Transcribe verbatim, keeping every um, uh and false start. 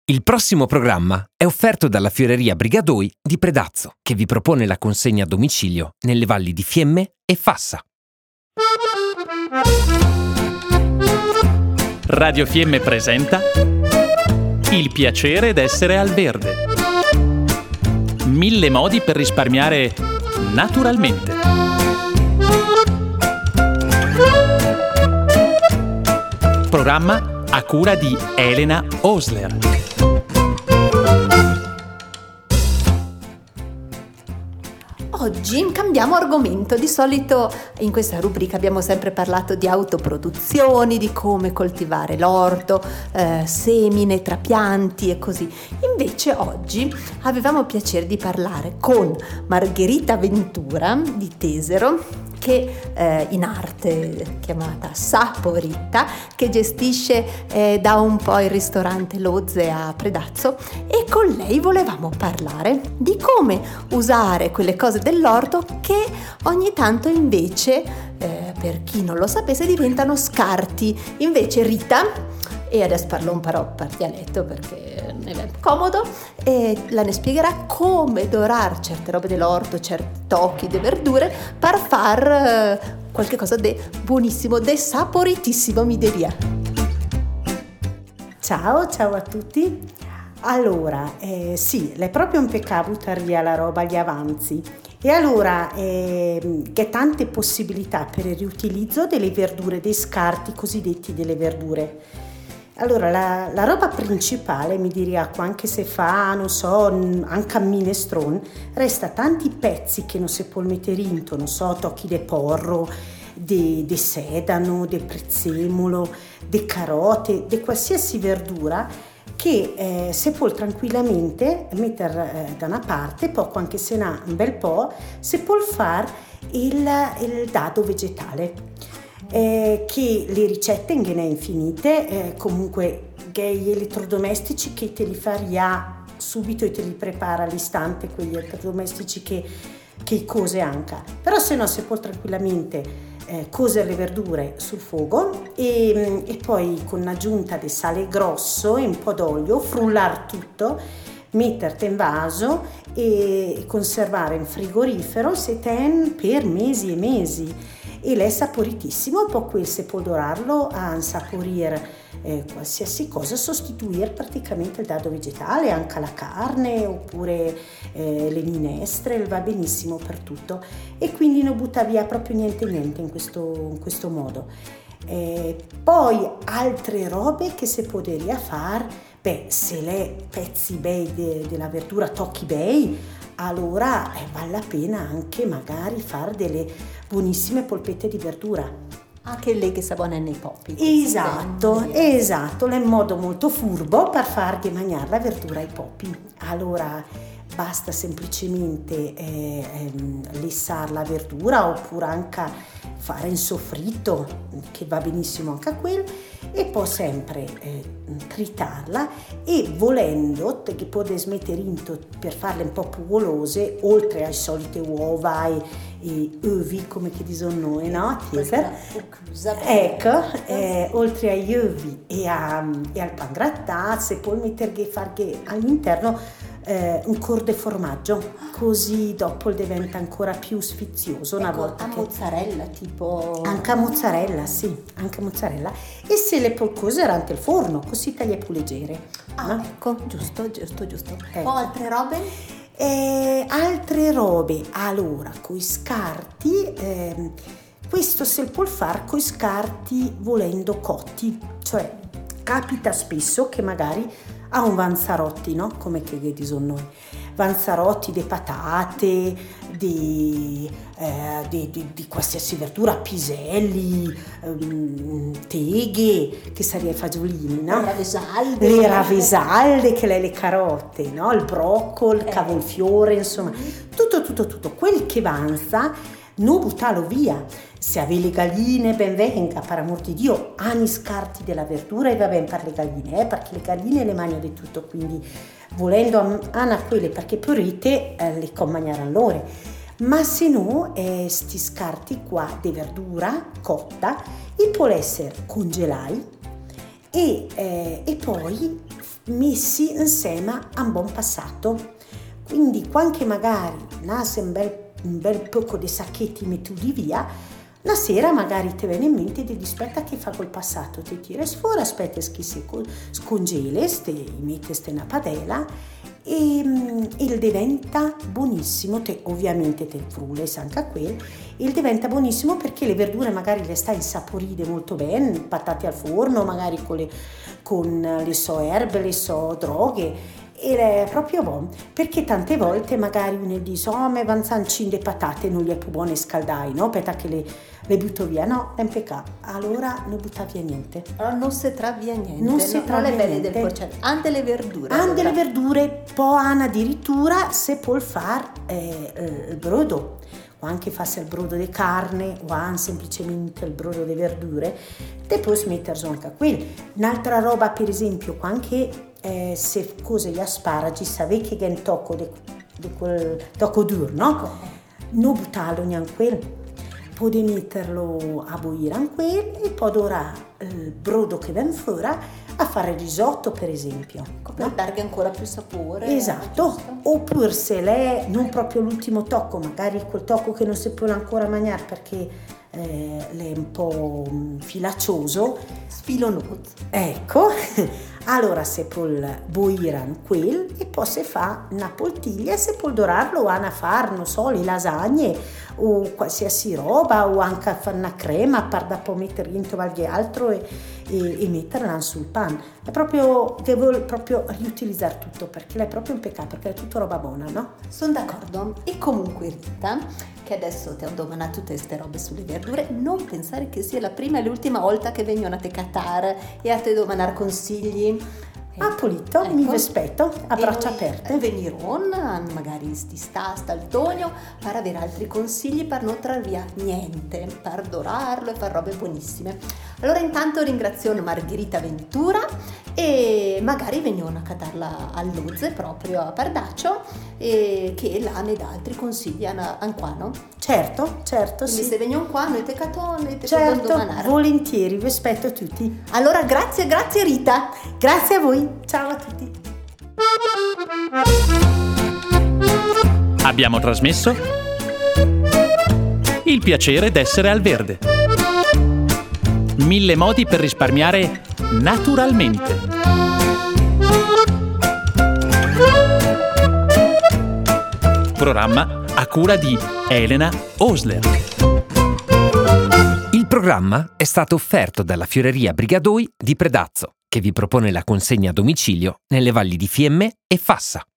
Il prossimo programma è offerto dalla Fioreria Brigadoi di Predazzo, che vi propone la consegna a domicilio nelle valli di Fiemme e Fassa. Radio Fiemme presenta Il piacere d'essere al verde. Mille modi per risparmiare naturalmente. Programma a cura di Elena Osler. Oggi cambiamo argomento. Di solito in questa rubrica abbiamo sempre parlato di autoproduzioni, di come coltivare l'orto, eh, semine, trapianti e così. Invece oggi avevamo piacere di parlare con Margherita Ventura di Tesero, che eh, in arte chiamata Saporita, che gestisce eh, da un po' il ristorante Lozze a Predazzo, e con lei volevamo parlare di come usare quelle cose dell'orto che ogni tanto invece, eh, per chi non lo sapesse, diventano scarti. Invece Rita, e adesso parlo un po' per dialetto perché mi è comodo, e la ne spiegherà come dorar certe robe dell'orto, certi tocchi di verdure per far eh, qualche cosa di buonissimo, di saporitissimo, mi diria. Ciao, ciao a tutti. Allora, eh, sì, è proprio un peccato buttare via la roba agli avanzi. E allora, eh, che tante possibilità per il riutilizzo delle verdure, dei scarti cosiddetti delle verdure. Allora, la, la roba principale, mi diria acqua, anche se fa, non so, anche a minestrone, resta tanti pezzi che non si può mettere into, non so, tocchi di porro, di sedano, di prezzemolo, di carote, di qualsiasi verdura che eh, si può tranquillamente mettere eh, da una parte, poco anche se ne ha un bel po', si può fare il, il dado vegetale. Eh, che le ricette in ne infinite, eh, comunque gli elettrodomestici che te li faria subito e te li prepara all'istante, quegli elettrodomestici che, che cose anche, però se no si può tranquillamente eh, cosere le verdure sul fuoco e, e poi con l'aggiunta di sale grosso e un po' d'olio frullare tutto, metterti in vaso e conservare in frigorifero se ten per mesi e mesi. E l'è saporitissimo, poi quel se può dorarlo a insaporire eh, qualsiasi cosa, sostituire praticamente il dado vegetale, anche la carne oppure eh, le minestre, va benissimo per tutto, e quindi non butta via proprio niente niente in questo, in questo modo. Eh, poi altre robe che si potrebbe fare, beh, se le pezzi bei de, della verdura tocchi bei, allora eh, vale la pena anche magari fare delle buonissime polpette di verdura. Anche lei che sa buona nei poppi. Esatto, esatto, è un modo molto furbo per fargli mangiare la verdura ai poppi. Allora basta semplicemente eh, ehm, lessare la verdura oppure anche fare in soffritto, che va benissimo anche a quello, e poi sempre eh, tritarla, e volendo che potete mettere into per farle un po' più golose, oltre alle solite uova e, e uvi come che dicono noi, no? Ecco, eh, oltre agli uvi e, a, e al pan grattato si può mettere farghe all'interno Eh, un cor di formaggio, così dopo diventa ancora più sfizioso. Una ecco, volta a che mozzarella tipo anche a mozzarella, sì, anche a mozzarella, e se le può cosere anche il forno, così taglia più leggere. Ah, no? ecco, giusto, giusto, giusto. Ecco. O altre robe? Eh, altre robe, allora, coi scarti, ehm, questo se può fare coi scarti volendo cotti, cioè capita spesso che magari ha un vanzarotti, no? Come che dicono noi, vanzarotti di patate, di, eh, di, di, di qualsiasi verdura, piselli, um, teghe, che sarebbe fagiolini, no? Le ravesalde. Le ravesalde, che le, le carote, no? Il broccolo, il eh. cavolfiore, insomma, tutto, tutto, tutto, quel che avanza, non buttarlo via. Se avete le galline, ben venga, per amor di Dio, hanno i scarti della verdura e va bene per le galline, eh, perché le galline le mangiano di tutto, quindi volendo hanno quelle perché purite eh, le con mangiare a loro. Ma se no, eh, sti scarti qua di verdura cotta, e può essere congelati e, eh, e poi messi insieme a un buon passato. Quindi quando magari nasce un bel, un bel poco di sacchetti metti di via, la sera magari ti viene in mente di aspetta che fa col passato, ti tiri fuori, aspetta che si scongeli, ti metti in una padella e, e diventa buonissimo, te, ovviamente te frulles anche a quel, e diventa buonissimo perché le verdure magari le stai insaporite molto bene, patate al forno, magari con le, con le so erbe, le so droghe, ed è proprio buono, perché tante volte magari uno dice oh ma vanzancine le patate non le è più buone scaldai, no? Aspetta che le, le butto via, no, è un peccato, allora non butta via niente. Allora non si tra via niente, non si tra le belle niente. del porcello, anche le verdure. Anche allora. le verdure, poi hanno addirittura se può fare eh, il brodo, o anche farsi il brodo di carne o anche semplicemente il brodo di verdure, te puoi mettersi anche a quello. Un'altra roba per esempio, anche eh, se cose gli asparagi, sapete che è un tocco di, di quel tocco duro, no? Non buttarlo neanche quello, puoi metterlo a bollire anche quello e poi ora il brodo che viene fuori a fare risotto per esempio, per no? dargli ancora più sapore. Esatto, oppure se lei non proprio l'ultimo tocco, magari quel tocco che non si può ancora mangiare perché eh, è un po' filaccioso, sfilonoso, ecco, allora si può bollire quel e poi si fa una poltiglia e si può dorarlo a fare, non so, le lasagne o qualsiasi roba o anche fare una crema per da poi mettere dentro qualche altro e, e, e metterla sul pan. È proprio, devo proprio riutilizzare tutto perché è proprio un peccato, perché è tutta roba buona, no? Sono d'accordo. E comunque Rita, che adesso ti ho domandato tutte queste robe sulle verdure, non pensare che sia la prima e l'ultima volta che vengono a te catare e a te domandare consigli. Ah, pulito, ecco. Mi rispetto, a braccia aperte. Veniron, magari sti sta, sta il Tonio, per avere altri consigli per non trarre via niente, per dorarlo e fare robe buonissime. Allora intanto ringrazio Margherita Ventura e magari vengono a catarla all'Uzze proprio a Pardaccio e che là ne dà altri consigli anche qua, no? Certo, certo, Quindi sì. se vengono qua noi te catone te certo, domandare. Volentieri, vi aspetto tutti. Allora grazie, grazie Rita. Grazie a voi, ciao a tutti. Abbiamo trasmesso Il piacere d'essere al verde. Mille modi per risparmiare naturalmente. Programma a cura di Elena Osler. Il programma è stato offerto dalla Fioreria Brigadoi di Predazzo, che vi propone la consegna a domicilio nelle valli di Fiemme e Fassa.